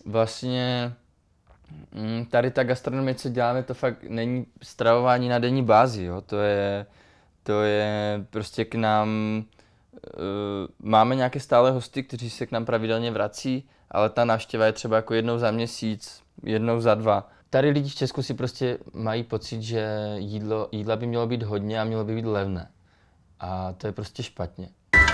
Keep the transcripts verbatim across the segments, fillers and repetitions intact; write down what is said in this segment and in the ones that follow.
Vlastně tady ta gastronomie, co děláme, to fakt není stravování na denní bázi, jo. To je, to je prostě k nám, uh, máme nějaké stále hosty, kteří se k nám pravidelně vrací, ale ta návštěva je třeba jako jednou za měsíc, jednou za dva. Tady lidi v Česku si prostě mají pocit, že jídlo, jídla by mělo být hodně a mělo by být levné. A to je prostě špatně.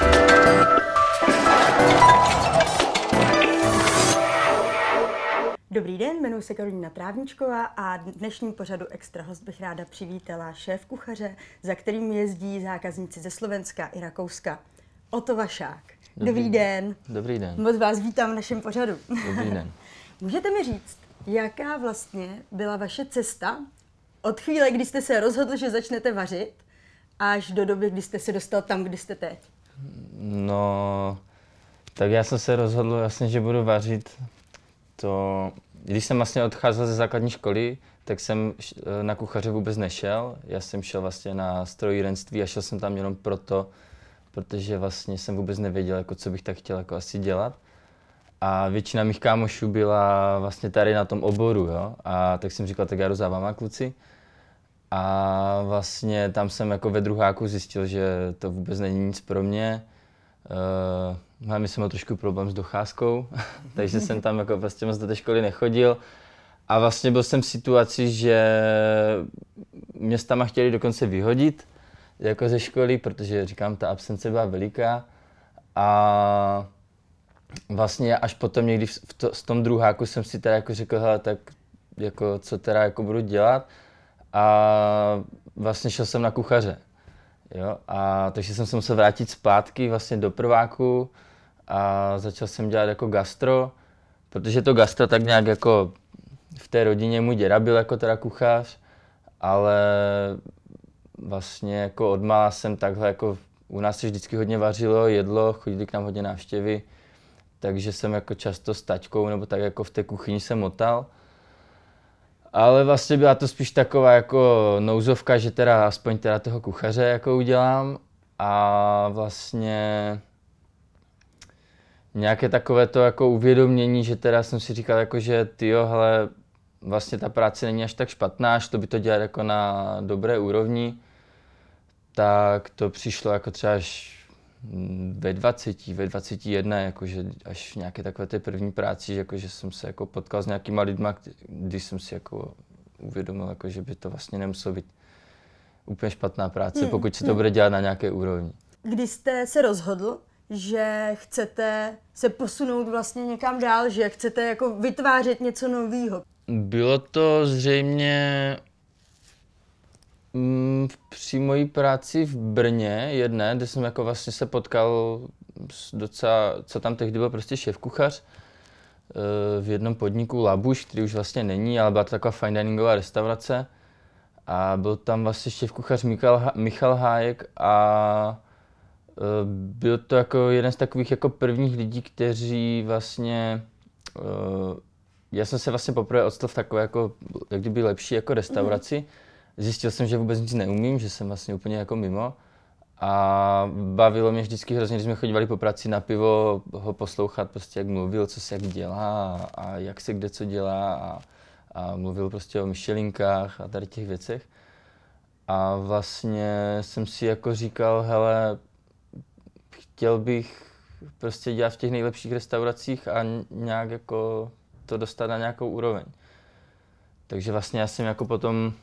Dobrý den, jmenuji se Karolína Trávničková a v dnešním pořadu Extra host bych ráda přivítala šéf kuchaře, za kterým jezdí zákazníci ze Slovenska i Rakouska. Otto Vašák. Dobrý, Dobrý den. Dobrý den. Moc vás vítám v našem pořadu. Dobrý den. Můžete mi říct, jaká vlastně byla vaše cesta od chvíle, kdy jste se rozhodl, že začnete vařit, až do doby, kdy jste se dostal tam, kde jste teď? No, tak já jsem se rozhodl vlastně, že budu vařit. To, když jsem vlastně odcházel ze základní školy, tak jsem na kuchaře vůbec nešel. Já jsem šel vlastně na strojírenství a šel jsem tam jenom proto, protože vlastně jsem vůbec nevěděl, jako, co bych tak chtěl jako asi dělat. A většina mých kámošů byla vlastně tady na tom oboru, jo? A tak jsem říkal, tak já jdu za váma, kluci. A vlastně tam jsem jako ve druháku zjistil, že to vůbec není nic pro mě. Uh, Hlavně jsem měl trošku problém s docházkou, takže jsem tam jako prostě moc do té školy nechodil. A vlastně byl jsem v situaci, že mě s tama chtěli dokonce vyhodit jako ze školy, protože říkám, ta absence byla veliká. A vlastně až potom někdy v, to, v tom druháku jsem si teda jako řekl, hele, tak jako co teda jako budu dělat. A vlastně šel jsem na kuchaře. Jo, a takže jsem se musel vrátit zpátky vlastně do prváku a začal jsem dělat jako gastro, protože to gastro tak nějak jako v té rodině můj děda byl jako teda kuchař, ale vlastně jako odmala jsem takhle jako u nás se vždycky hodně vařilo, jedlo, chodili k nám hodně návštěvy, takže jsem jako často s taťkou nebo tak jako v té kuchyni se motal. Ale vlastně byla to spíš taková jako nouzovka, že teda aspoň teda toho kuchaře jako udělám a vlastně nějaké takové to jako uvědomění, že teda jsem si říkal jako, že tyjo, hele, vlastně ta práce není až tak špatná, až to by to dělat jako na dobré úrovni, tak to přišlo jako třeba až ve dvaceti, ve dvaceti jedné, jakože až v nějaké takové té první práci, že, jako, že jsem se jako potkal s nějakýma lidma, když jsem si jako uvědomil, jako, že by to vlastně nemuselo být úplně špatná práce, hmm. pokud se to bude dělat na nějaké úrovni. Když jste se rozhodl, že chcete se posunout vlastně někam dál, že chcete jako vytvářet něco nového? Bylo to zřejmě při mojí práci v Brně jedné, kde jsem jako vlastně se potkal s docela, co tam tehdy byl prostě šéfkuchař v jednom podniku Labuš, který už vlastně není, ale byla to taková fine diningová restaurace. A byl tam vlastně šéfkuchař Michal, Michal Hájek a byl to jako jeden z takových jako prvních lidí, kteří vlastně, já jsem se vlastně poprvé odstl v takové jako, jak kdyby lepší jako restauraci. Mm. Zjistil jsem, že vůbec nic neumím, že jsem vlastně úplně jako mimo a bavilo mě vždycky hrozně, když jsme chodívali po práci na pivo, ho poslouchat prostě, jak mluvil, co se jak dělá a jak se kde co dělá a, a mluvil prostě o myšelinkách a tady těch věcech. A vlastně jsem si jako říkal, hele, chtěl bych prostě dělat v těch nejlepších restauracích a nějak jako to dostat na nějakou úroveň. Takže vlastně já jsem jako potom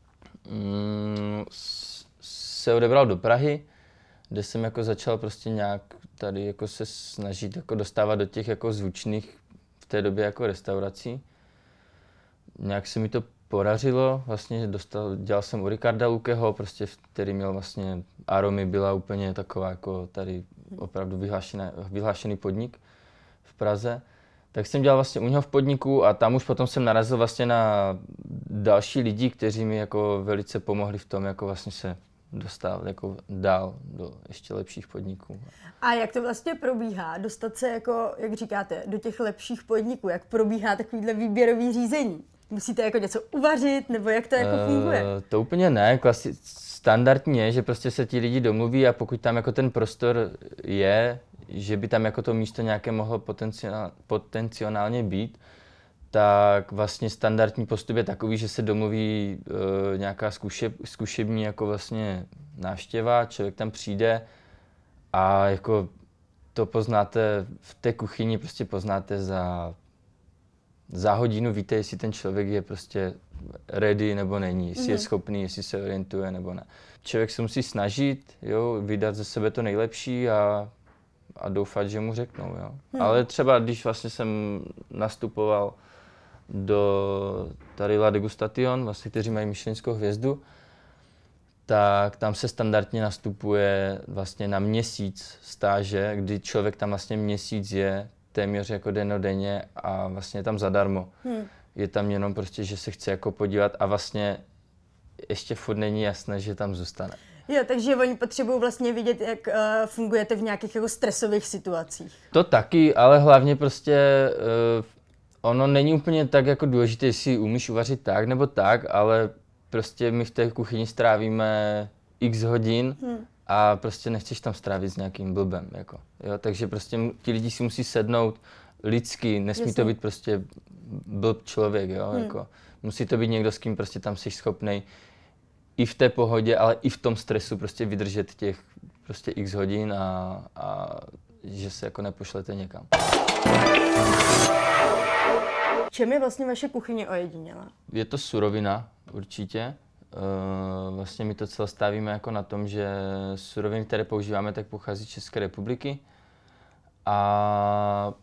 se odebral do Prahy, kde jsem jako začal prostě nějak tady jako se snažit jako dostávat do těch jako zvučných v té době jako restaurací. Nějak se mi to podařilo, vlastně dostal, dělal jsem u Ricarda Lukeho, prostě, který měl vlastně Aromy, byla úplně taková jako tady opravdu vyhlášený podnik v Praze. Tak jsem dělal vlastně u něho v podniku a tam už potom jsem narazil vlastně na další lidi, kteří mi jako velice pomohli v tom, jako vlastně se dostat jako dál do ještě lepších podniků. A jak to vlastně probíhá? Dostat se jako, jak říkáte, do těch lepších podniků? Jak probíhá takovýhle výběrový řízení? Musíte jako něco uvařit, nebo jak to jako funguje? Uh, to úplně ne, klasi- standardní je, že prostě se ti lidi domluví a pokud tam jako ten prostor je, že by tam jako to místo nějaké mohlo potenciál, potenciálně být, tak vlastně standardní postup je takový, že se domluví e, nějaká zkušeb, zkušební jako vlastně návštěva, člověk tam přijde a jako to poznáte v té kuchyni, prostě poznáte za, za hodinu, víte, jestli ten člověk je prostě ready nebo není, jestli mm-hmm. je schopný, jestli se orientuje nebo ne. Člověk se musí snažit, jo, vydat ze sebe to nejlepší a, a doufat, že mu řeknou, jo. Hmm. Ale třeba když vlastně jsem nastupoval do tady La Degustation, vlastně, kteří mají michelinskou hvězdu, tak tam se standardně nastupuje vlastně na měsíc stáže, kdy člověk tam vlastně měsíc je téměř jako dennodenně a vlastně tam zadarmo. Hmm. Je tam jenom prostě, že se chce jako podívat a vlastně ještě furt není jasné, že tam zůstane. Jo, takže oni potřebují vlastně vidět, jak uh, fungujete v nějakých jako stresových situacích. To taky, ale hlavně prostě uh, ono není úplně tak jako důležité, jestli umíš uvařit tak nebo tak, ale prostě my v té kuchyni strávíme x hodin hmm. a prostě nechceš tam strávit s nějakým blbem, jako, jo, takže prostě ti lidi si musí sednout lidsky, nesmí Jasně. to být prostě blb člověk, jo, hmm. jako, musí to být někdo, s kým prostě tam jsi schopnej i v té pohodě, ale i v tom stresu prostě vydržet těch prostě x hodin a, a že se jako nepošlete někam. Čem je vlastně vaše kuchyně ojedinělá? Je to surovina, určitě. Uh, vlastně my to celé stavíme jako na tom, že suroviny, které používáme, tak pochází z České republiky. A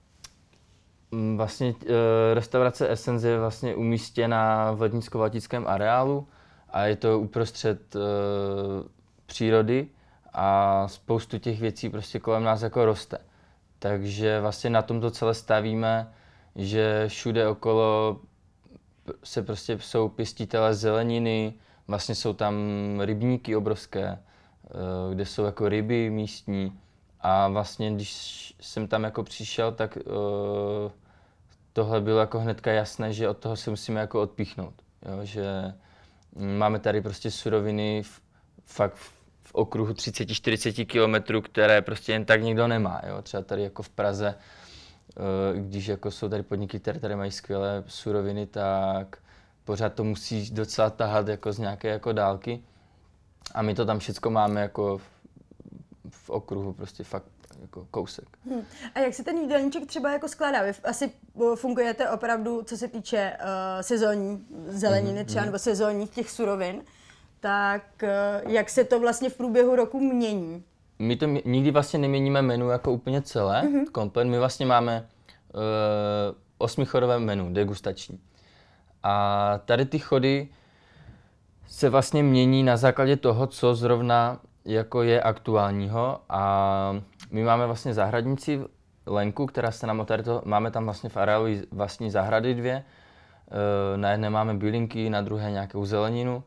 vlastně uh, restaurace Essence je vlastně umístěna v Lednicko-Valtickém areálu a je to uprostřed uh, přírody a spoustu těch věcí prostě kolem nás jako roste. Takže vlastně na tom to celé stavíme, že všude okolo se prostě jsou pěstitelé zeleniny, vlastně jsou tam rybníky obrovské, kde jsou jako ryby místní a vlastně když jsem tam jako přišel, tak uh, tohle bylo jako hnedka jasné, že od toho se musíme jako odpíchnout, jo? Že máme tady prostě suroviny v, fakt v, v okruhu třicet až čtyřicet kilometrů, které prostě jen tak nikdo nemá, jo? Třeba tady jako v Praze, uh, když jako jsou tady podniky, které tady mají skvělé suroviny, tak pořád to musí docela tahat jako z nějaké jako dálky a my to tam všecko máme jako v, v okruhu, prostě fakt jako kousek. Hmm. A jak se ten jídelníček třeba jako skládá? Vy asi fungujete opravdu, co se týče uh, sezónní zeleniny třeba, mm-hmm. nebo sezónních těch surovin, tak uh, jak se to vlastně v průběhu roku mění? My to m- nikdy vlastně neměníme menu jako úplně celé, mm-hmm. komplet. My vlastně máme uh, osmichodové menu, degustační. A tady ty chody se vlastně mění na základě toho, co zrovna jako je aktuálního a my máme vlastně zahradnici Lenku, která se nám tady to, máme tam vlastně v areálu vlastní zahrady dvě. Na jedné máme bylinky, na druhé nějakou zeleninu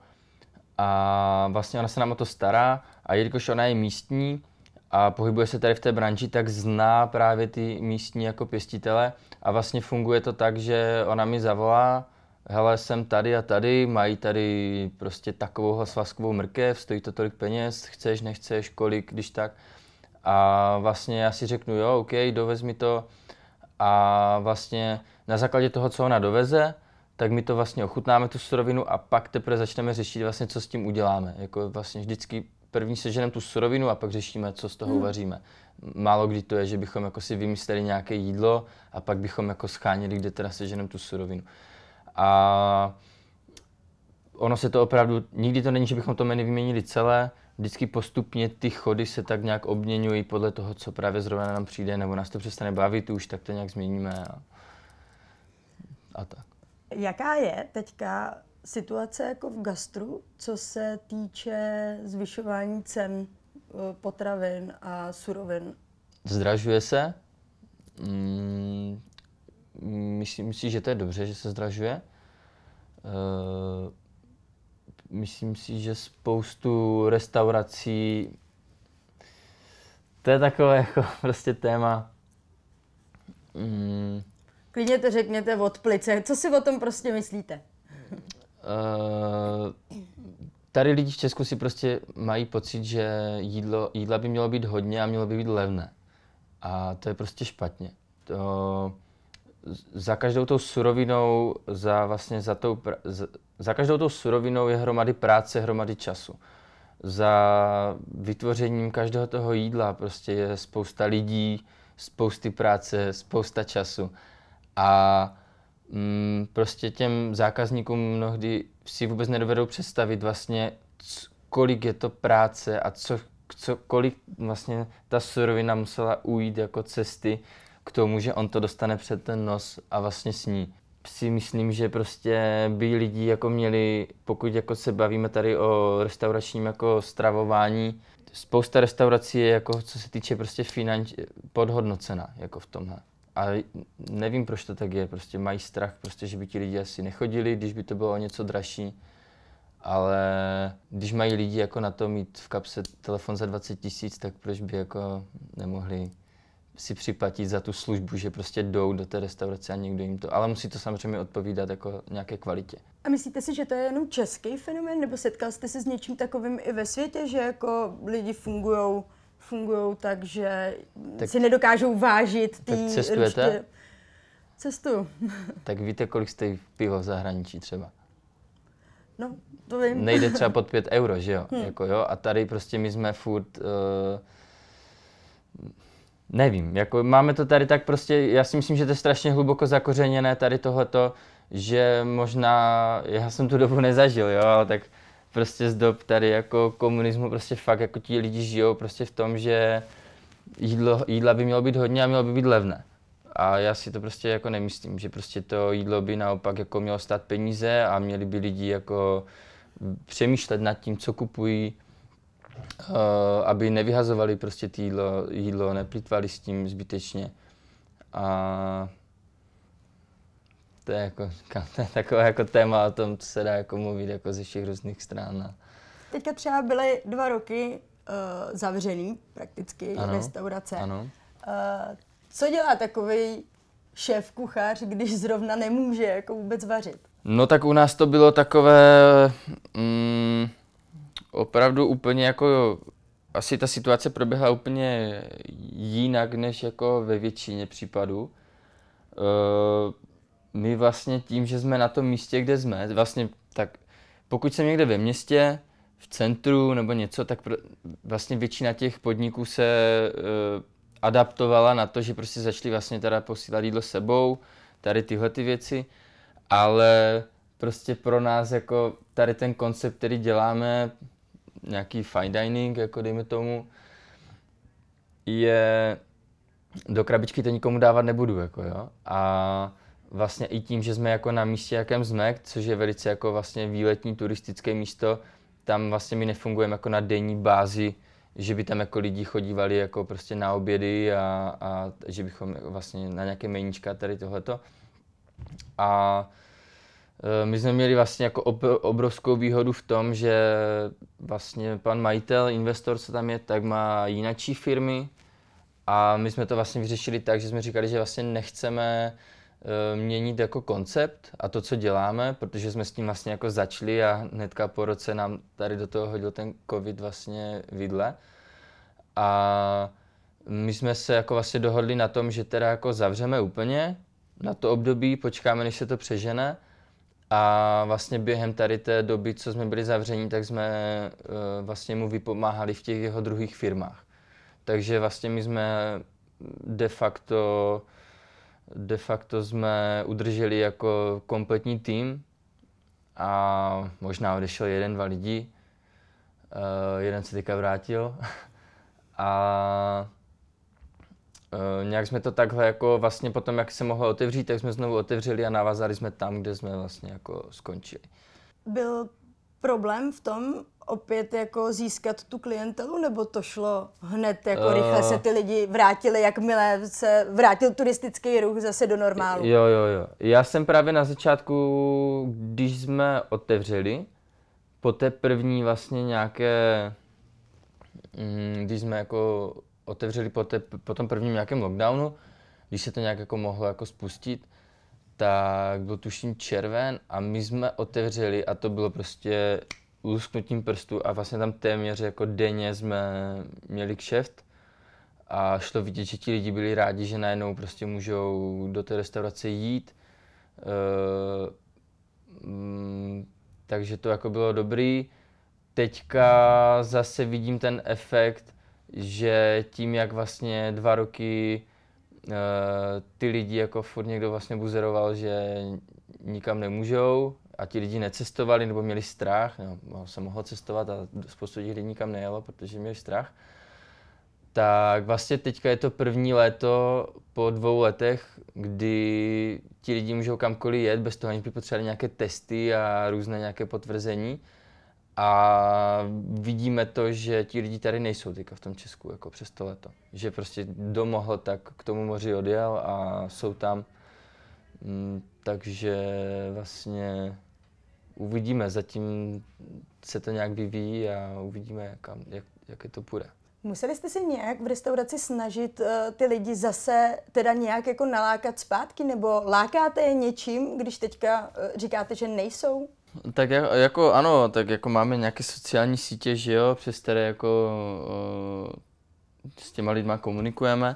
a vlastně ona se nám o to stará a jelikož ona je místní a pohybuje se tady v té branži, tak zná právě ty místní jako pěstitele a vlastně funguje to tak, že ona mi zavolá: hele, jsem tady a tady, mají tady prostě takovouhle svazkovou mrkev, stojí to tolik peněz, chceš, nechceš, kolik, když tak. A vlastně já si řeknu, jo, OK, dovez mi to a vlastně na základě toho, co ona doveze, tak my to vlastně ochutnáme, tu surovinu a pak teprve začneme řešit vlastně, co s tím uděláme. Jako vlastně vždycky první seženeme tu surovinu a pak řešíme, co z toho hmm. uvaříme. Málo kdy to je, že bychom jako si vymysleli nějaké jídlo a pak bychom jako scháněli, kde teda seženeme tu surovinu. A ono se to opravdu, nikdy to není, že bychom to menu vyměnili celé, vždycky postupně ty chody se tak nějak obměňují podle toho, co právě zrovna nám přijde, nebo nás to přestane bavit už, tak to nějak změníme a, a tak. Jaká je teďka situace jako v gastru, co se týče zvyšování cen potravin a surovin? Zdražuje se. Mm, myslím, myslím, že to je dobře, že se zdražuje. Uh, myslím si, že spoustu restaurací, to je takové jako prostě téma. Mm. Klidně to řekněte od plice, co si o tom prostě myslíte? Uh, tady lidi v Česku si prostě mají pocit, že jídlo, jídla by mělo být hodně a mělo by být levné. A to je prostě špatně. To, za každou tou surovinou, za vlastně za tou, za, za každou tou surovinou je hromady práce, hromady času. Za vytvořením každého toho jídla prostě je spousta lidí, spousty práce, spousta času. A mm, prostě těm zákazníkům mnohdy si vůbec nedovedou představit vlastně, kolik je to práce a co, co, kolik vlastně ta surovina musela ujít jako cesty k tomu, že on to dostane před ten nos a vlastně sní. Si myslím, že prostě by lidi jako měli, pokud jako se bavíme tady o restauračním jako stravování, spousta restaurací je jako, co se týče prostě finanč, podhodnocena jako v tomhle. A nevím, proč to tak je, prostě mají strach, prostě, že by ti lidi asi nechodili, když by to bylo o něco dražší. Ale když mají lidi jako na to mít v kapse telefon za dvacet tisíc, tak proč by jako nemohli si připlatit za tu službu, že prostě jdou do té restaurace a někdo jim to, ale musí to samozřejmě odpovídat jako nějaké kvalitě. A myslíte si, že to je jenom český fenomén, nebo setkal jste se s něčím takovým i ve světě, že jako lidi fungujou, fungujou tak, že tak, si nedokážou vážit ty... Tak cestujete? Ručtě... Cestuju. Tak víte, kolik stojí pivo v zahraničí třeba? No, to vím. Nejde třeba pod pět euro, že jo? Hmm. Jako jo? A tady prostě my jsme furt... Uh, nevím, jako máme to tady tak prostě, já si myslím, že to je strašně hluboko zakořeněné tady tohleto, že možná, já jsem tu dobu nezažil, jo, ale tak prostě z dob tady jako komunismu prostě fakt jako ti lidi žijou prostě v tom, že jídlo, jídla by mělo být hodně a mělo by být levné. A já si to prostě jako nemyslím, že prostě to jídlo by naopak jako mělo stát peníze a měli by lidi jako přemýšlet nad tím, co kupují, uh, aby nevyhazovali prostě ty jídlo, jídlo, neplýtvali s tím zbytečně. A to je, jako, to je takové jako téma o tom, co se dá jako mluvit jako ze všech různých stran. Teďka třeba byly dva roky uh, zavřený prakticky ano, restaurace. Ano. Uh, co dělá takový šéf kuchař, když zrovna nemůže jako vůbec vařit? No tak u nás to bylo takové mm, opravdu úplně jako, asi ta situace proběhla úplně jinak než jako ve většině případů. Uh, my vlastně tím, že jsme na tom místě, kde jsme, vlastně tak pokud jsem někde ve městě, v centru nebo něco, tak pro, vlastně většina těch podniků se uh, adaptovala na to, že prostě začali vlastně teda posílat jídlo sebou, tady tyhle ty věci, ale prostě pro nás jako tady ten koncept, který děláme, nějaký fine dining, jako dejme tomu, je, do krabičky to nikomu dávat nebudu, jako jo, a vlastně i tím, že jsme jako na místě, jakém jsme, což je velice jako vlastně výletní turistické místo, tam vlastně my nefungujeme jako na denní bázi, že by tam jako lidi chodívali jako prostě na obědy a, a že bychom vlastně na nějaké meníčka tady tohleto. A e, my jsme měli vlastně jako ob, obrovskou výhodu v tom, že vlastně pan majitel, investor, co tam je, tak má jinačí firmy a my jsme to vlastně vyřešili tak, že jsme říkali, že vlastně nechceme e, měnit jako koncept a to, co děláme, protože jsme s tím vlastně jako začali a hnedka po roce nám tady do toho hodil ten covid vlastně vidle. A my jsme se jako vlastně dohodli na tom, že teda jako zavřeme úplně na to období, počkáme, než se to přežene. A vlastně během tady té doby, co jsme byli zavření, tak jsme uh, vlastně mu vypomáhali v těch jeho druhých firmách. Takže vlastně my jsme de facto, de facto jsme udrželi jako kompletní tým a možná odešel jeden, dva lidi. Uh, jeden se teďka vrátil. A uh, nějak jsme to takhle jako vlastně potom, jak se mohlo otevřít, tak jsme znovu otevřeli a navázali jsme tam, kde jsme vlastně jako skončili. Byl problém v tom opět jako získat tu klientelu, nebo to šlo hned jako uh, rychle se ty lidi vrátili, jakmile se vrátil turistický ruch zase do normálu? Jo, jo, jo. Já jsem právě na začátku, když jsme otevřeli, po té první vlastně nějaké, když jsme jako otevřeli po, té, po tom prvním nějakém lockdownu, když se to nějak jako mohlo jako spustit, tak byl tuším červen a my jsme otevřeli a to bylo prostě lusknutím prstu a vlastně tam téměř jako denně jsme měli kšeft a šlo vidět, že ti lidi byli rádi, že najednou prostě můžou do té restaurace jít. Uh, mm, takže to jako bylo dobrý. Teďka zase vidím ten efekt, že tím, jak vlastně dva roky uh, ty lidi jako furt někdo vlastně buzeroval, že nikam nemůžou a ti lidi necestovali nebo měli strach, no, se mohlo cestovat a spoustu lidí nikam nejelo, protože měli strach, tak vlastně teďka je to první léto po dvou letech, kdy ti lidi můžou kamkoliv jet, bez toho, aniž by potřebovali nějaké testy a různé nějaké potvrzení. A vidíme to, že ti lidi tady nejsou teďka v tom Česku jako přes to léto. Že prostě kdo mohl, tak k tomu moři odjel a jsou tam. Mm, takže vlastně uvidíme, zatím se to nějak vyvíjí a uvidíme, kam, jak, jak je to půjde. Museli jste se nějak v restauraci snažit uh, ty lidi zase teda nějak jako nalákat zpátky, nebo lákáte je něčím, když teďka uh, říkáte, že nejsou? Tak jako, jako ano, tak jako máme nějaké sociální sítě, že jo, přes které jako uh, s těma lidma komunikujeme.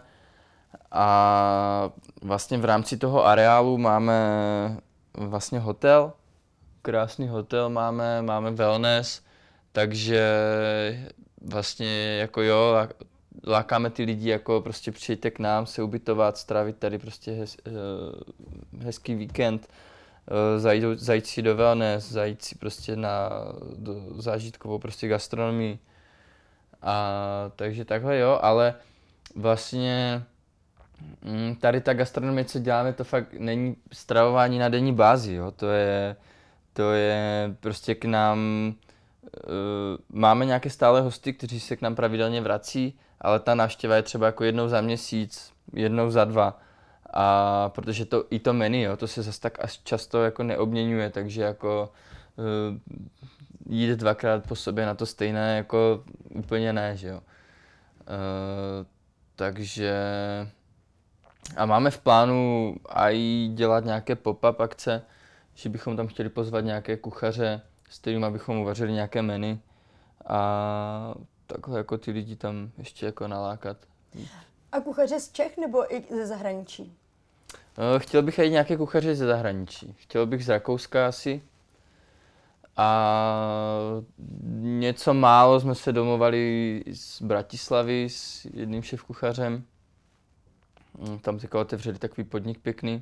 A vlastně v rámci toho areálu máme vlastně hotel, krásný hotel máme, máme wellness, takže vlastně jako jo, lákáme ty lidi jako prostě přijďte k nám se ubytovat, strávit tady prostě hez, hezký víkend, zajít, zajít si do wellness, zajít si prostě na do zážitkovou prostě gastronomii. A takže takhle jo, ale vlastně tady ta gastronomie, co děláme, to fakt není stravování na denní bázi, jo, to je, to je prostě k nám, uh, máme nějaké stále hosty, kteří se k nám pravidelně vrací, ale ta návštěva je třeba jako jednou za měsíc, jednou za dva. A protože to i to menu, jo, to se zase tak až často jako neobměňuje, takže jako uh, jít dvakrát po sobě na to stejné, jako úplně ne, že jo. Uh, takže a máme v plánu i dělat nějaké pop-up akce, že bychom tam chtěli pozvat nějaké kuchaře, s kterými bychom uvařili nějaké menu a takhle jako ty lidi tam ještě jako nalákat. A kuchaře z Čech nebo i ze zahraničí? Chtěl bych i nějaké kuchaře ze zahraničí. Chtěl bych z Rakouska asi. A něco málo jsme se domluvali z Bratislavy s jedním šéfkuchařem. Tam teďka otevřeli takový podnik pěkný.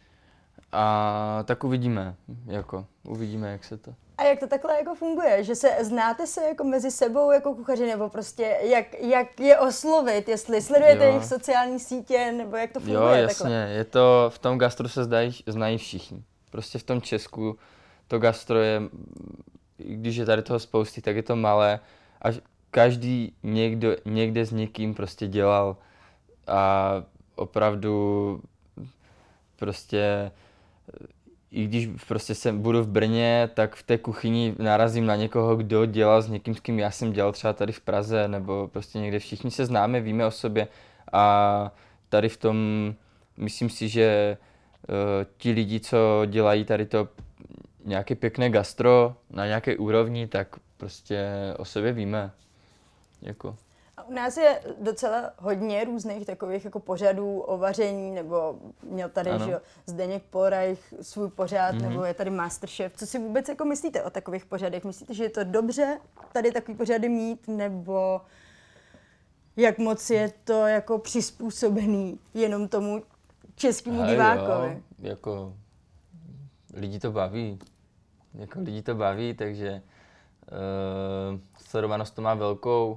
A tak uvidíme, jako, uvidíme, jak se to... A jak to takhle jako funguje? Že se znáte se jako mezi sebou jako kuchaři, nebo prostě jak, jak je oslovit, jestli sledujete jejich sociální sítě, nebo jak to funguje? Jo, jasně, takhle? Je to, v tom gastru se zdají, znají všichni. Prostě v tom Česku to gastro je, i když je tady toho spousty, tak je to malé. A každý někdo, někde s někým prostě dělal a opravdu prostě i když prostě jsem, budu v Brně, tak v té kuchyni narazím na někoho, kdo dělal s někým, s kým já jsem dělal třeba tady v Praze, nebo prostě někde. Všichni se známe, víme o sobě a tady v tom myslím si, že uh, ti lidi, co dělají tady to nějaké pěkné gastro na nějaké úrovni, tak prostě o sobě víme. Jako. A u nás je docela hodně různých takových jako pořadů o vaření, nebo měl tady že jo, Zdeněk Polreich svůj pořad, mm-hmm. nebo je tady Masterchef. Co si vůbec jako myslíte o takových pořadech? Myslíte, že je to dobře tady takový pořady mít, nebo jak moc je to jako přizpůsobený jenom tomu českému Hele, divákovi? Jo, jako lidi to baví, jako lidi to baví, takže uh, sledovanost to má velkou.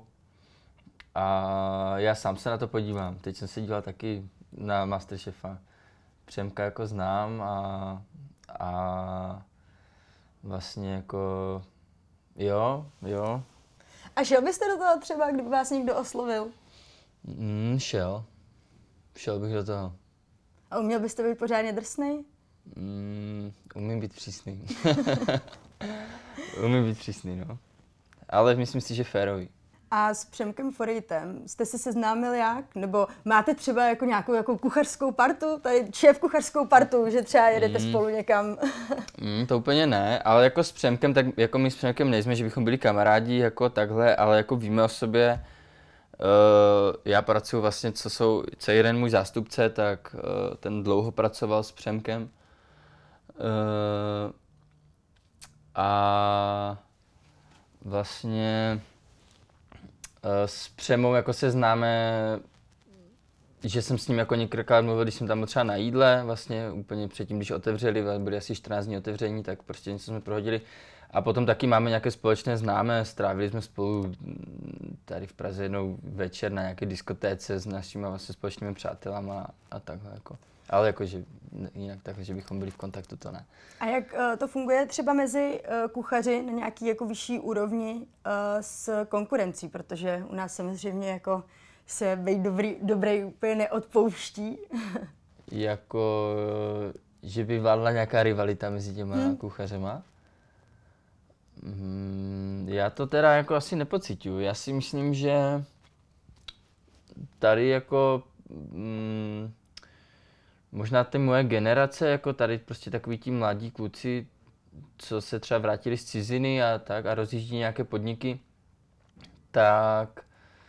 A já sám se na to podívám. Teď jsem se díval taky na Masterchefa. Přemka jako znám a, a vlastně jako jo, jo. A šel byste do toho třeba, kdyby vás někdo oslovil? Mm, šel. Šel bych do toho. A uměl byste být pořádně drsnej? Mm, umím být přísný. umím být přísný, no. Ale myslím si, že férový. A s Přemkem Forejtem jste se seznámil jak? Nebo máte třeba jako nějakou jako kuchařskou partu, tady šéf kuchařskou partu, že třeba jedete mm. spolu někam? mm, to úplně ne, ale jako s Přemkem, tak jako my s Přemkem nejsme, že bychom byli kamarádi jako takhle, ale jako víme o sobě já pracuji vlastně, co jsou, co je jeden můj zástupce, tak uh, ten dlouho pracoval s Přemkem. Uh, a vlastně uh, s Přemou jako se známe, že jsem s ním jako několikrát mluvil, když jsem tam byl třeba na jídle, vlastně úplně předtím, když otevřeli, byli asi čtrnáct dní otevření, tak prostě něco jsme prohodili. A potom taky máme nějaké společné známé, strávili jsme spolu tady v Praze jednou večer na nějaké diskotéce s našimi vlastně společnými přátelama a takhle jako. Ale jakože jinak takhle, že bychom byli v kontaktu, to ne. A jak uh, to funguje třeba mezi uh, kuchaři na nějaký jako vyšší úrovni uh, s konkurencí, protože u nás samozřejmě jako se být dobrý, dobrý úplně neodpouští. Jako, že by vládla nějaká rivalita mezi těma hmm. kuchařema? Hmm, já to teda jako asi nepociťuju. Já si myslím, že tady jako hmm, možná ty moje generace, jako tady prostě takový ti mladí kluci, co se třeba vrátili z ciziny a tak a rozjíždí nějaké podniky, tak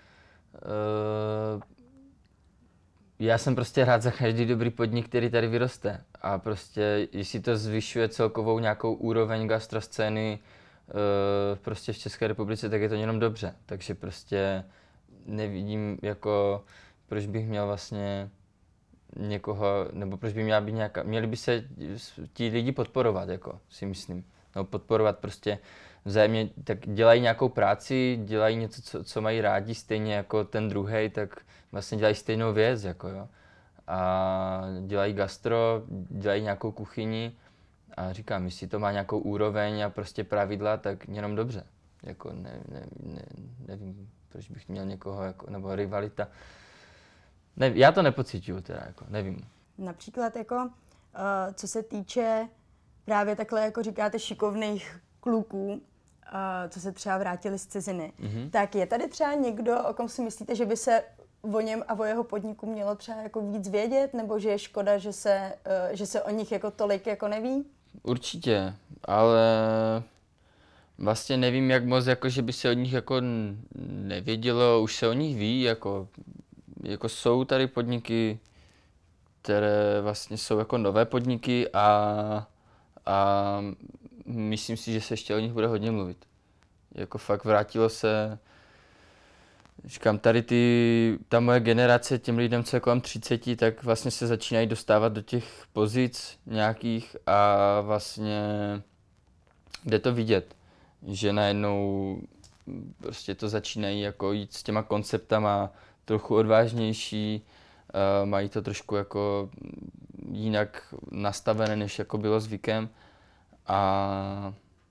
uh, já jsem prostě rád za každý dobrý podnik, který tady vyroste. A prostě, jestli to zvyšuje celkovou nějakou úroveň gastroscény uh, prostě v České republice, tak je to jenom dobře. Takže prostě nevidím, jako, proč bych měl vlastně někoho, nebo proč by měla být nějaká, měli by se ti lidi podporovat, jako si myslím. No, podporovat prostě vzájemně, tak dělají nějakou práci, dělají něco, co, co mají rádi, stejně jako ten druhej, tak vlastně dělají stejnou věc, jako jo. A dělají gastro, dělají nějakou kuchyni a říkám, jestli to má nějakou úroveň a prostě pravidla, tak jenom dobře. Jako ne, ne, ne, nevím, proč bych měl někoho, jako, nebo rivalita. Ne, já to nepociťuju teda, jako, nevím. Například jako, uh, co se týče právě takhle, jako říkáte, šikovných kluků, uh, co se třeba vrátili z ciziny, mm-hmm. tak je tady třeba někdo, o kom si myslíte, že by se o něm a o jeho podniku mělo třeba jako víc vědět, nebo že je škoda, že se, uh, že se o nich jako tolik jako neví? Určitě, ale vlastně nevím, jak moc, jako, že by se o nich jako nevědělo, už se o nich ví, jako, jako jsou tady podniky, které vlastně jsou jako nové podniky a, a myslím si, že se ještě o nich bude hodně mluvit. Jako fakt vrátilo se, říkám, tady ty, ta moje generace, těm lidem, co je kolem třiceti, tak vlastně se začínají dostávat do těch pozic nějakých a vlastně jde to vidět, že najednou prostě to začínají jako jít s těma konceptama trochu odvážnější, uh, mají to trošku jako jinak nastavené, než jako bylo zvykem a,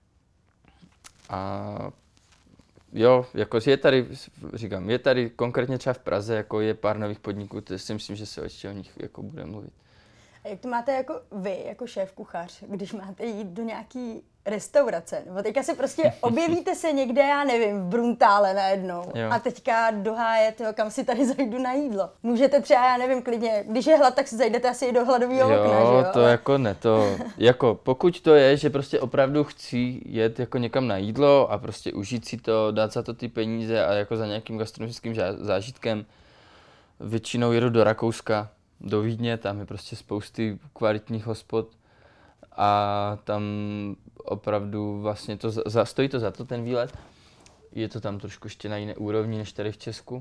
a jo, jako je tady, říkám, je tady konkrétně třeba v Praze, jako je pár nových podniků, to si myslím, že se ještě o nich jako bude mluvit. A jak to máte jako vy, jako šéf kuchař, když máte jít do nějaký restaurace, nebo teďka se prostě objevíte se někde, já nevím, v Bruntále najednou Jo. a teďka dohájet, jo, kam si tady zajdu na jídlo. Můžete třeba, já nevím, klidně, když je hlad, tak si zajdete asi i do hladového Jo, okna, že jo? to jako ne, to, jako pokud to je, že prostě opravdu chci jet jako někam na jídlo a prostě užít si to, dát za to ty peníze a jako za nějakým gastronomickým zážitkem, většinou jedu do Rakouska, do Vídně, tam je prostě spousty kvalitních hospod a tam opravdu vlastně to za, stojí to za to ten výlet. Je to tam trošku ještě na jiné úrovni než tady v Česku,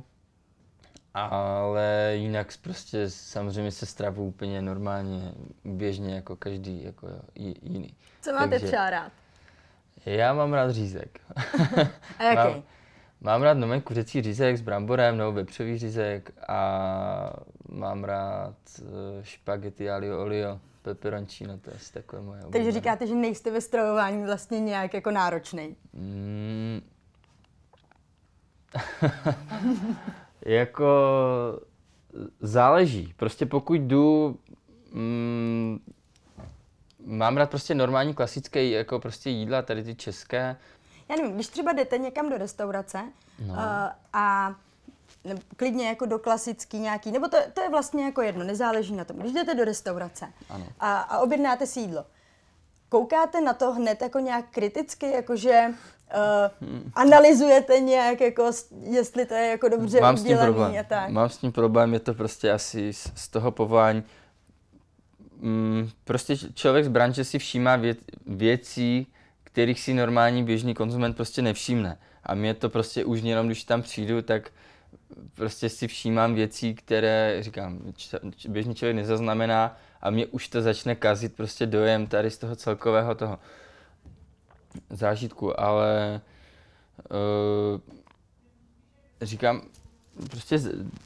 ale jinak prostě samozřejmě se stravu úplně normálně, běžně jako každý jako jo, jiný. Co máte Takže třeba rád? Já mám rád řízek. A jaký? mám, mám rád no, kuřecí řízek s bramborem nebo vepřový řízek a mám rád uh, špagety aglio olio, peperoncino, to je asi takové moje oblíbené. Takže říkáte, že nejste ve stravování vlastně nějak jako náročnej. Mm. Jako záleží. Prostě pokud jdu, mm, mám rád prostě normální klasické jako prostě jídla, tady ty české. Já nevím, když třeba jdete někam do restaurace No. uh, a ne, klidně jako do klasický nějaký, nebo to, to je vlastně jako jedno, nezáleží na tom. Když jdete do restaurace Ano. a, a objednáte si jídlo, koukáte na to hned jako nějak kriticky, jakože uh, analyzujete nějak, jako, jestli to je jako dobře Mám s tím udělaný problém. a tak? Mám s tím problém, je to prostě asi z, z toho povolání. Mm, prostě člověk z branže si všímá věc, věcí, kterých si normální běžný konzument prostě nevšimne. A mě to prostě už jenom, když tam přijdu, tak prostě si všímám věcí, které, říkám, běžný člověk nezaznamená a mě už to začne kazit prostě dojem tady z toho celkového toho zážitku, ale uh, říkám, prostě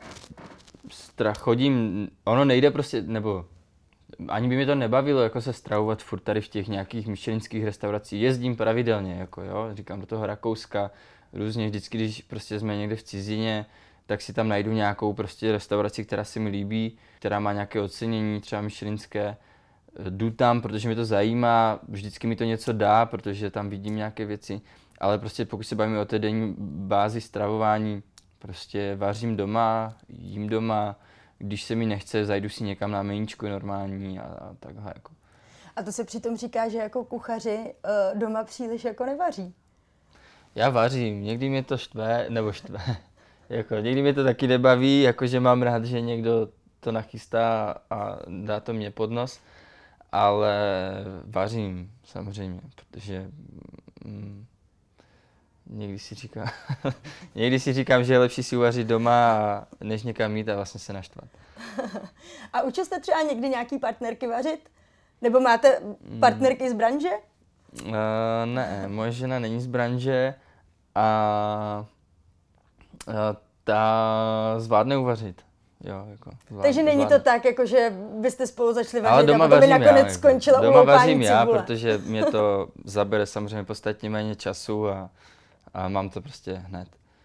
strach chodím, ono nejde prostě, nebo ani by mě to nebavilo jako se stravovat furt tady v těch nějakých michelinských restauracích. Jezdím pravidelně, jako jo, říkám do toho Rakouska, různě vždycky, když prostě jsme někde v cizině, tak si tam najdu nějakou prostě restauraci, která se mi líbí, která má nějaké ocenění, třeba michelinské. Jdu tam, protože mi to zajímá, vždycky mi to něco dá, protože tam vidím nějaké věci, ale prostě pokud se bavíme o té denní bázi stravování, prostě vařím doma, jím doma, když se mi nechce, zajdu si někam na meníčko normální a, a takhle jako. A to se přitom říká, že jako kuchaři uh, doma příliš jako nevaří. Já vařím, někdy mě to štve, nebo štve, jako někdy mě to taky nebaví, jakože mám rád, že někdo to nachystá a dá to mě pod nos, ale vařím samozřejmě, protože mm, někdy si říkám, někdy si říkám, že je lepší si uvařit doma, a, než někam jít a vlastně se naštvat. A učil jste třeba někdy nějaký partnerky vařit? Nebo máte partnerky z branže? Uh, ne, moje žena není z branže a uh, ta zvládne uvařit. Jo, jako zvládne, Takže není zvládne. to tak, jako že byste spolu začali vařit Ale doma a potom by vařím nakonec já, jako. skončila Doma uloupání vařím já, cibule. protože mě to zabere samozřejmě podstatně méně času a, a mám to prostě hned.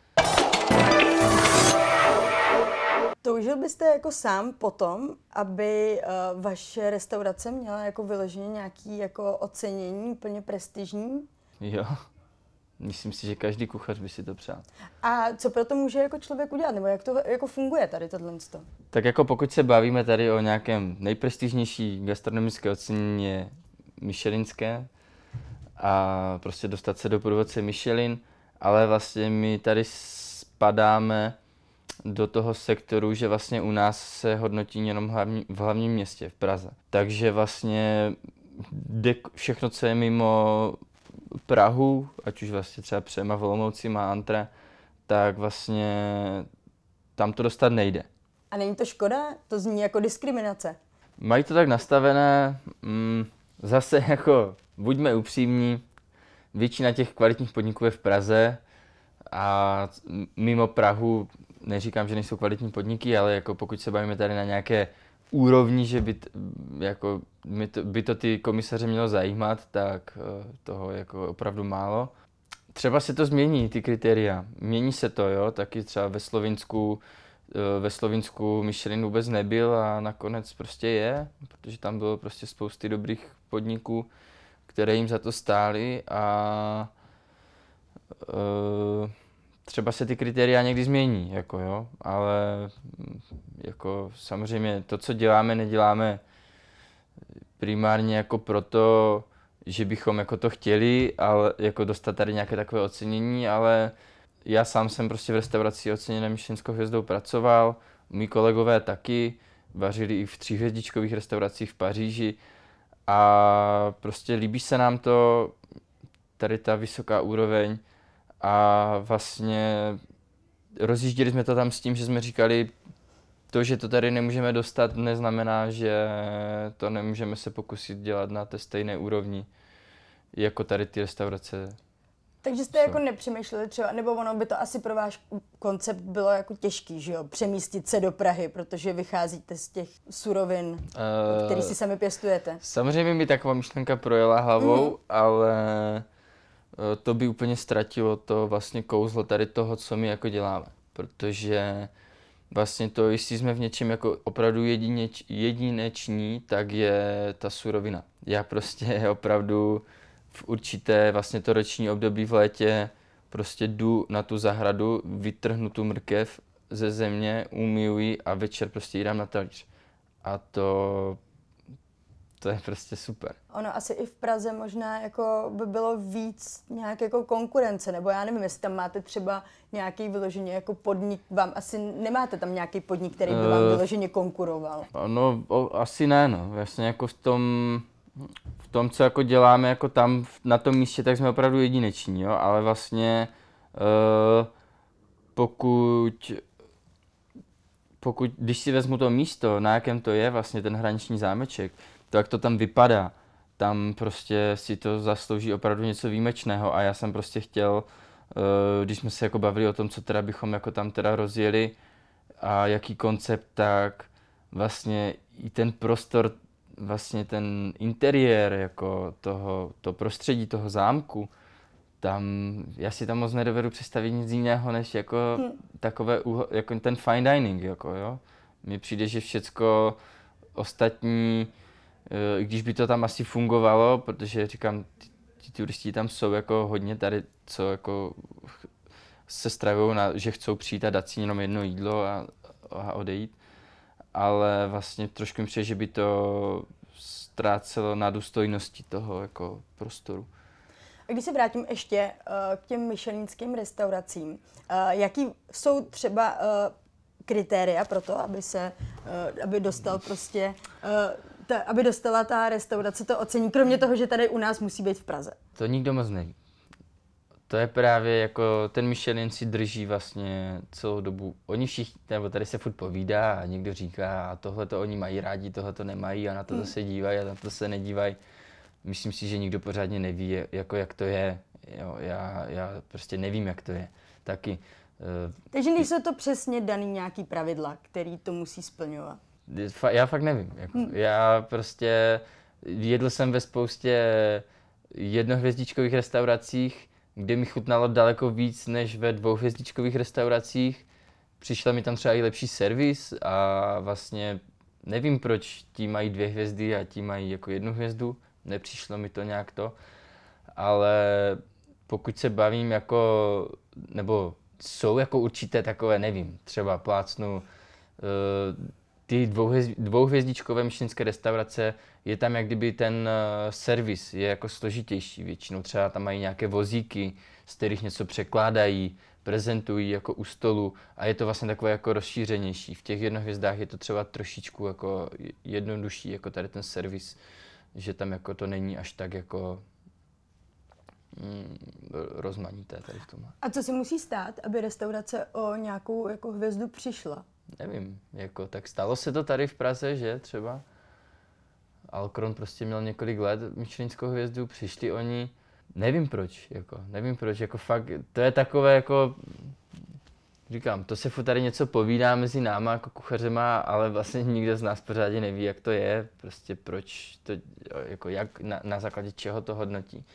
Toužil byste jako sám potom, aby uh, vaše restaurace měla jako vyloženě nějaký jako ocenění úplně prestižní? Jo, myslím si, že každý kuchař by si to přál. A co pro to může jako člověk udělat? Nebo jak to jako funguje tady tohle? Tak jako pokud se bavíme tady o nějakém nejprestižnější gastronomické ocenění je michelinské a prostě dostat se do průvodce Michelin, ale vlastně my tady spadáme do toho sektoru, že vlastně u nás se hodnotí jenom hlavní, v hlavním městě, v Praze. Takže vlastně všechno, co je mimo Prahu, ať už vlastně třeba Přema, v Olomouci má antre, tak vlastně tam to dostat nejde. A není to škoda? To zní jako diskriminace. Mají to tak nastavené, mm, zase jako buďme upřímní, většina těch kvalitních podniků je v Praze a mimo Prahu neříkám, že nejsou kvalitní podniky, ale jako pokud se bavíme tady na nějaké úrovni, že by, t, jako, by, to, by to ty komisaře mělo zajímat, tak toho jako opravdu málo. Třeba se to změní, ty kritéria. Mění se to, jo, taky třeba ve Slovinsku, ve Slovinsku Michelin vůbec nebyl a nakonec prostě je, protože tam bylo prostě spousty dobrých podniků, které jim za to stály a uh, třeba se ty kritéria někdy změní, jako jo, ale jako samozřejmě to, co děláme, neděláme primárně jako proto, že bychom jako to chtěli, ale jako dostat tady nějaké takové ocenění, ale já sám jsem prostě v restauraci oceněné Michelinskou hvězdou pracoval, mý kolegové taky, vařili i v tříhvězdičkových restauracích v Paříži a prostě líbí se nám to, tady ta vysoká úroveň a vlastně rozjížděli jsme to tam s tím, že jsme říkali, to, že to tady nemůžeme dostat, neznamená, že to nemůžeme se pokusit dělat na té stejné úrovni, jako tady ty restaurace. Takže jste jako nepřemýšleli třeba, nebo ono by to asi pro váš koncept bylo jako těžký, že jo, přemístit se do Prahy, protože vycházíte z těch surovin, uh, který si sami pěstujete. Samozřejmě mi taková myšlenka projela hlavou, mm. ale to by úplně ztratilo to vlastně kouzlo tady toho, co my jako děláme, protože vlastně to, jestli jsme v něčem jako opravdu jedineč, jedineční, tak je ta surovina. Já prostě opravdu v určité vlastně to roční období v létě prostě jdu na tu zahradu, vytrhnu tu mrkev ze země, umyju ji a večer prostě ji dám na talíř. A to, to je prostě super. Ono asi i v Praze možná jako by bylo víc nějak jako konkurence, nebo já nevím, jestli tam máte třeba nějaký vyloženě jako podnik, vám asi nemáte tam nějaký podnik, který by vám vyloženě konkuroval. No o, asi ne, no. Vlastně jako v tom, v tom, co jako děláme jako tam na tom místě, tak jsme opravdu jedineční, jo, ale vlastně uh, pokud pokud, když si vezmu to místo, na jakém to je vlastně ten hraniční zámeček, to jak to tam vypadá, tam prostě si to zaslouží opravdu něco výjimečného a já jsem prostě chtěl, když jsme se jako bavili o tom, co teda bychom jako tam teda rozjeli a jaký koncept, tak vlastně i ten prostor, vlastně ten interiér jako toho, to prostředí toho zámku, tam, já si tam moc nedovedu představit nic jiného, než jako hmm. takové, jako ten fine dining, jako jo. Mně přijde, že všecko ostatní, i když by to tam asi fungovalo, protože říkám, ty, ty turisti tam jsou jako hodně tady, co jako se stravují, na, že chcou přijít a dát si jenom jedno jídlo a, a odejít, ale vlastně trošku mi přijde, že by to ztrácelo na důstojnosti toho jako prostoru. A když se vrátím ještě uh, k těm michelinským restauracím, uh, jaký jsou třeba uh, kritéria pro to, aby se, uh, aby dostal prostě, uh, ta, aby dostala ta restaurace to ocení, kromě toho, že tady u nás musí být v Praze? To nikdo moc neví. To je právě jako, ten Michelin si drží vlastně celou dobu. Oni všichni, nebo tady se furt povídá a někdo říká, a tohle to oni mají rádi, tohle to nemají a na to, to se dívají a na to se nedívají. Myslím si, že nikdo pořádně neví, jako jak to je. Jo, já, já prostě nevím, jak to je. Taky. Takže nejsou to přesně daný nějaký pravidla, který to musí splňovat? Já fakt nevím. Jako. Hmm. Já prostě jedl jsem ve spoustě jednohvězdičkových restauracích, kde mi chutnalo daleko víc než ve dvouhvězdičkových restauracích. Přišel mi tam třeba i lepší servis a vlastně nevím, proč ti mají dvě hvězdy a ti mají jako jednu hvězdu. Nepřišlo mi to nějak to, ale pokud se bavím jako, nebo jsou jako určité takové, nevím, třeba plácnu, ty dvouhvězdičkové michelinské restaurace, je tam jak kdyby ten servis je jako složitější většinou, třeba tam mají nějaké vozíky, z kterých něco překládají, prezentují jako u stolu a je to vlastně takové jako rozšířenější. V těch jednohvězdách je to třeba trošičku jako jednodušší, jako tady ten servis, že tam jako to není až tak jako mm, rozmanité tady v tom. A co se musí stát, aby restaurace o nějakou jako hvězdu přišla? Nevím, jako tak stalo se to tady v Praze, že třeba Alcron prostě měl několik let michelinskou hvězdu, přišli oni, nevím proč, jako, nevím proč, jako fakt, to je takové jako, říkám, to se furt tady něco povídá mezi náma jako kuchařema, ale vlastně nikdo z nás pořádně neví, jak to je, prostě proč to, jako jak, na, na základě čeho to hodnotí.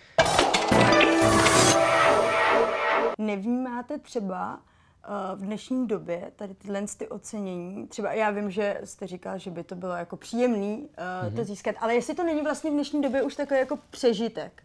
Nevnímáte třeba uh, v dnešní době tady tyhle ty ocenění, třeba já vím, že jste říkal, že by to bylo jako příjemný uh, mm-hmm. to získat, ale jestli to není vlastně v dnešní době už takový jako přežitek?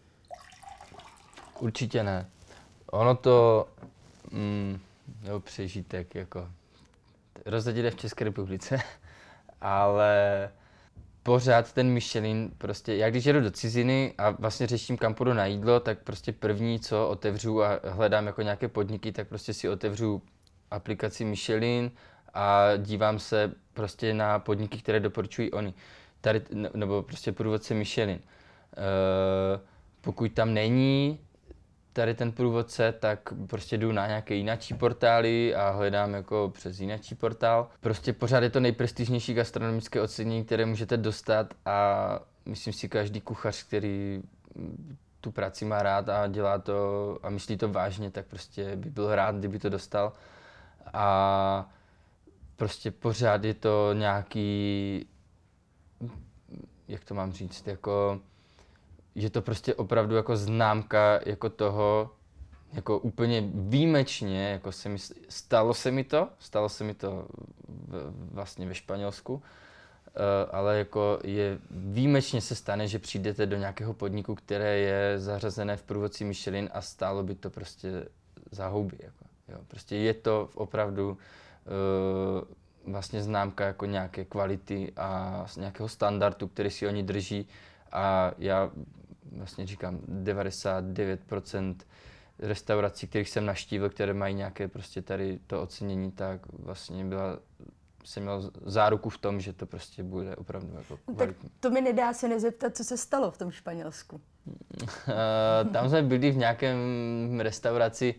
Určitě ne. Ono to, mm, jo, přežitek, jako, rozhodně jde v České republice, ale pořád ten Michelin, prostě, já když jedu do ciziny a vlastně řeším, kam půjdu na jídlo, tak prostě první, co otevřu a hledám jako nějaké podniky, tak prostě si otevřu aplikaci Michelin a dívám se prostě na podniky, které doporučují oni. Tady, nebo prostě průvodce Michelin. E, pokud tam není tady ten průvodce, tak prostě jdu na nějaké jináčí portály a hledám jako přes jináčí portál. Prostě pořád je to nejprestižnější gastronomické ocenění, které můžete dostat a myslím si, každý kuchař, který tu práci má rád a dělá to a myslí to vážně, tak prostě by byl rád, kdyby to dostal. A prostě pořád je to nějaký, jak to mám říct, jako že to prostě opravdu jako známka jako toho, jako úplně výjimečně, jako se mi, stalo se mi to, stalo se mi to v, vlastně ve Španělsku, uh, ale jako je výjimečně se stane, že přijdete do nějakého podniku, které je zařazené v průvodci Michelin a stálo by to prostě za houby, jako, jo. Prostě je to opravdu uh, vlastně známka jako nějaké kvality a z nějakého standardu, který si oni drží. A já vlastně říkám, devadesát devět procent restaurací, kterých jsem navštívil, které mají nějaké prostě tady to ocenění, tak vlastně byla, jsem měl záruku v tom, že to prostě bude opravdu jako kvalitní. Tak to mi nedá se nezeptat, co se stalo v tom Španělsku. Tam jsme byli v nějakém restauraci,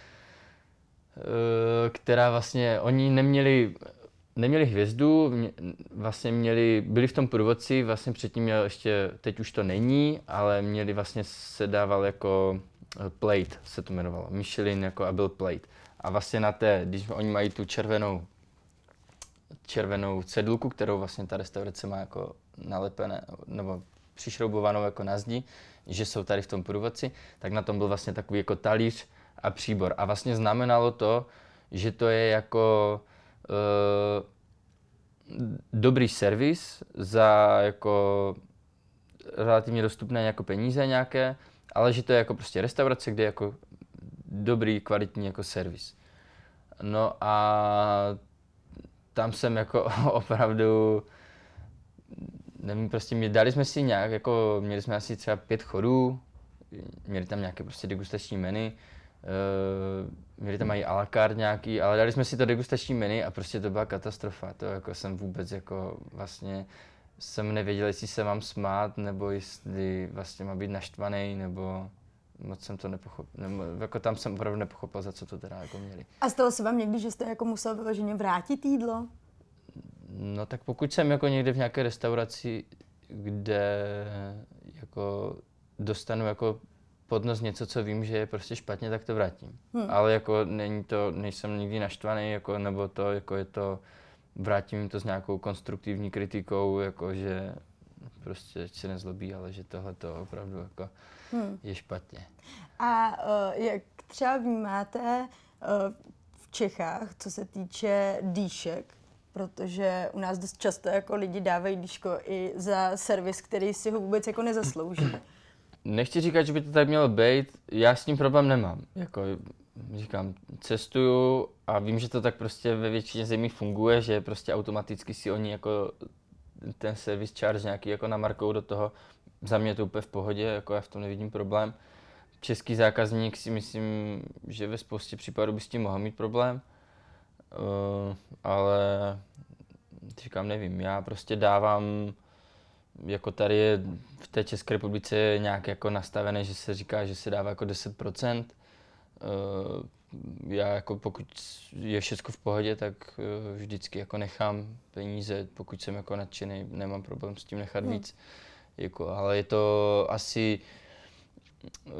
která vlastně, oni neměli, neměli hvězdu, mě, vlastně měli, byli v tom průvodci, vlastně předtím měl ještě, teď už to není, ale měli vlastně, se dával jako plate, se to jmenovalo, Michelin jako a byl plate. A vlastně na té, když oni mají tu červenou, červenou cedulku, kterou vlastně ta restaurace má jako nalepené, nebo přišroubovanou jako na zdi, že jsou tady v tom průvodci, tak na tom byl vlastně takový jako talíř a příbor. A vlastně znamenalo to, že to je jako uh, dobrý servis za jako relativně dostupné jako peníze nějaké, ale že to je jako prostě restaurace, kde je jako dobrý, kvalitní jako servis. No a tam jsem jako opravdu, nevím, prostě mě, dali jsme si nějak, jako měli jsme asi třeba pět chodů, měli tam nějaké prostě degustační menu, uh, měli tam i à la carte nějaký, ale dali jsme si to degustační menu a prostě to byla katastrofa. To jako jsem vůbec jako vlastně jsem nevěděl, jestli se mám smát, nebo jestli vlastně mám být naštvaný, nebo moc jsem to nepochopil, nebo jako tam jsem opravdu nepochopil, za co to teda jako měli. A stalo se vám někdy, že jste jako musel vyloženě vrátit jídlo? No tak pokud jsem jako někde v nějaké restauraci, kde jako dostanu jako podnos něco, co vím, že je prostě špatně, tak to vrátím. Hmm. Ale jako není to, nejsem nikdy naštvaný, jako, nebo to, jako je to, vrátím jim to s nějakou konstruktivní kritikou, jako že prostě se nezlobí, ale že tohle to opravdu jako hmm. je špatně. A uh, jak třeba vnímáte uh, v Čechách, co se týče dýšek, protože u nás dost často jako lidi dávají dýško i za servis, který si ho vůbec jako nezaslouží. Nechci říkat, že by to tak mělo být, já s tím problém nemám. Jako, říkám, cestuju a vím, že to tak prostě ve většině zemí funguje, že prostě automaticky si oni jako ten service charge nějaký jako namarkou do toho. Za mě je to úplně v pohodě, jako já v tom nevidím problém. Český zákazník si myslím, že ve spoustě případů by s tím mohl mít problém, uh, ale říkám, nevím, já prostě dávám, jako tady je v té České republice nějak jako nastavené, že se říká, že se dává jako deset procent. Uh, já jako pokud je všechno v pohodě, tak uh, vždycky jako nechám peníze, pokud jsem jako nadšený, nemám problém s tím nechat víc. Hmm. Jako, ale je to asi, uh,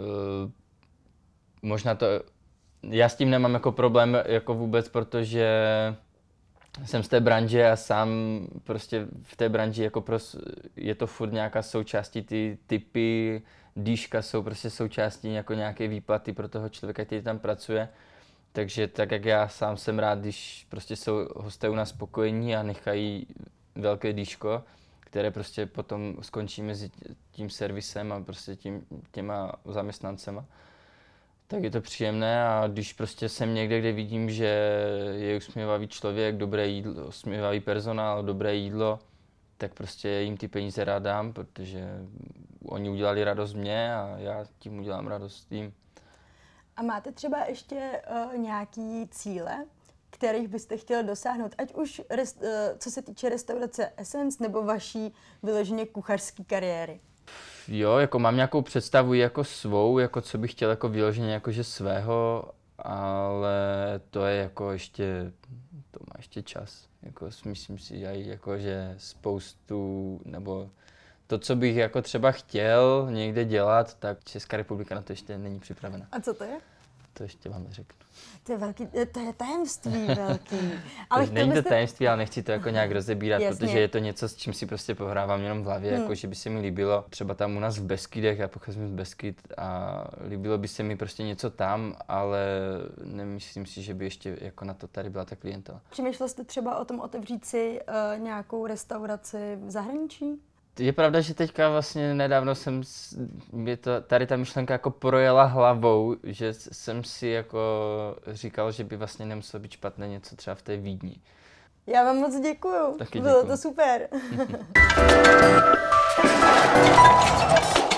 možná to, já s tím nemám jako problém jako vůbec, protože jsem z té branže a sám prostě v té branži jako pros, je to furt nějaká součástí, ty typy, dýška jsou prostě součástí jako nějaké výplaty pro toho člověka, který tam pracuje. Takže tak jak já sám jsem rád, když prostě jsou hosté u nás spokojení a nechají velké dýško, které prostě potom skončí mezi tím servisem a prostě tím, těma zaměstnancema, tak je to příjemné a když prostě jsem někde, kde vidím, že je usměvavý člověk, dobré jídlo, usměvavý personál, dobré jídlo, tak prostě jim ty peníze rád dám, protože oni udělali radost mě a já tím udělám radost jim. A máte třeba ještě uh, nějaký cíle, kterých byste chtěli dosáhnout, ať už rest, uh, co se týče restaurace Essence nebo vaší vyloženě kuchařské kariéry? Jo, jako mám nějakou představu jako svou, jako co bych chtěl jako vyloženě jakože svého, ale to je jako ještě, to má ještě čas. Jako myslím si, jako, že spoustu, nebo to, co bych jako třeba chtěl někde dělat, tak Česká republika na to ještě není připravena. A co to je? To ještě vám neřeknu. To je velký, to je tajemství velký. Ale není to byste... tajemství, ale nechci to jako nějak rozebírat, Jasně. protože je to něco, s čím si prostě pohrávám jenom v hlavě, hmm. jako že by se mi líbilo. Třeba tam u nás v Beskydech, já pocházím z Beskyd a líbilo by se mi prostě něco tam, ale nemyslím si, že by ještě jako na to tady byla ta klientela. Přemýšlel jste třeba o tom otevřít si uh, nějakou restauraci v zahraničí? Je pravda, že teďka vlastně nedávno jsem, mě to, tady ta myšlenka jako projela hlavou, že jsem si jako říkal, že by vlastně nemuselo být špatné něco třeba v té Vídni. Já vám moc děkuju. Taky Bylo děkuju. to super.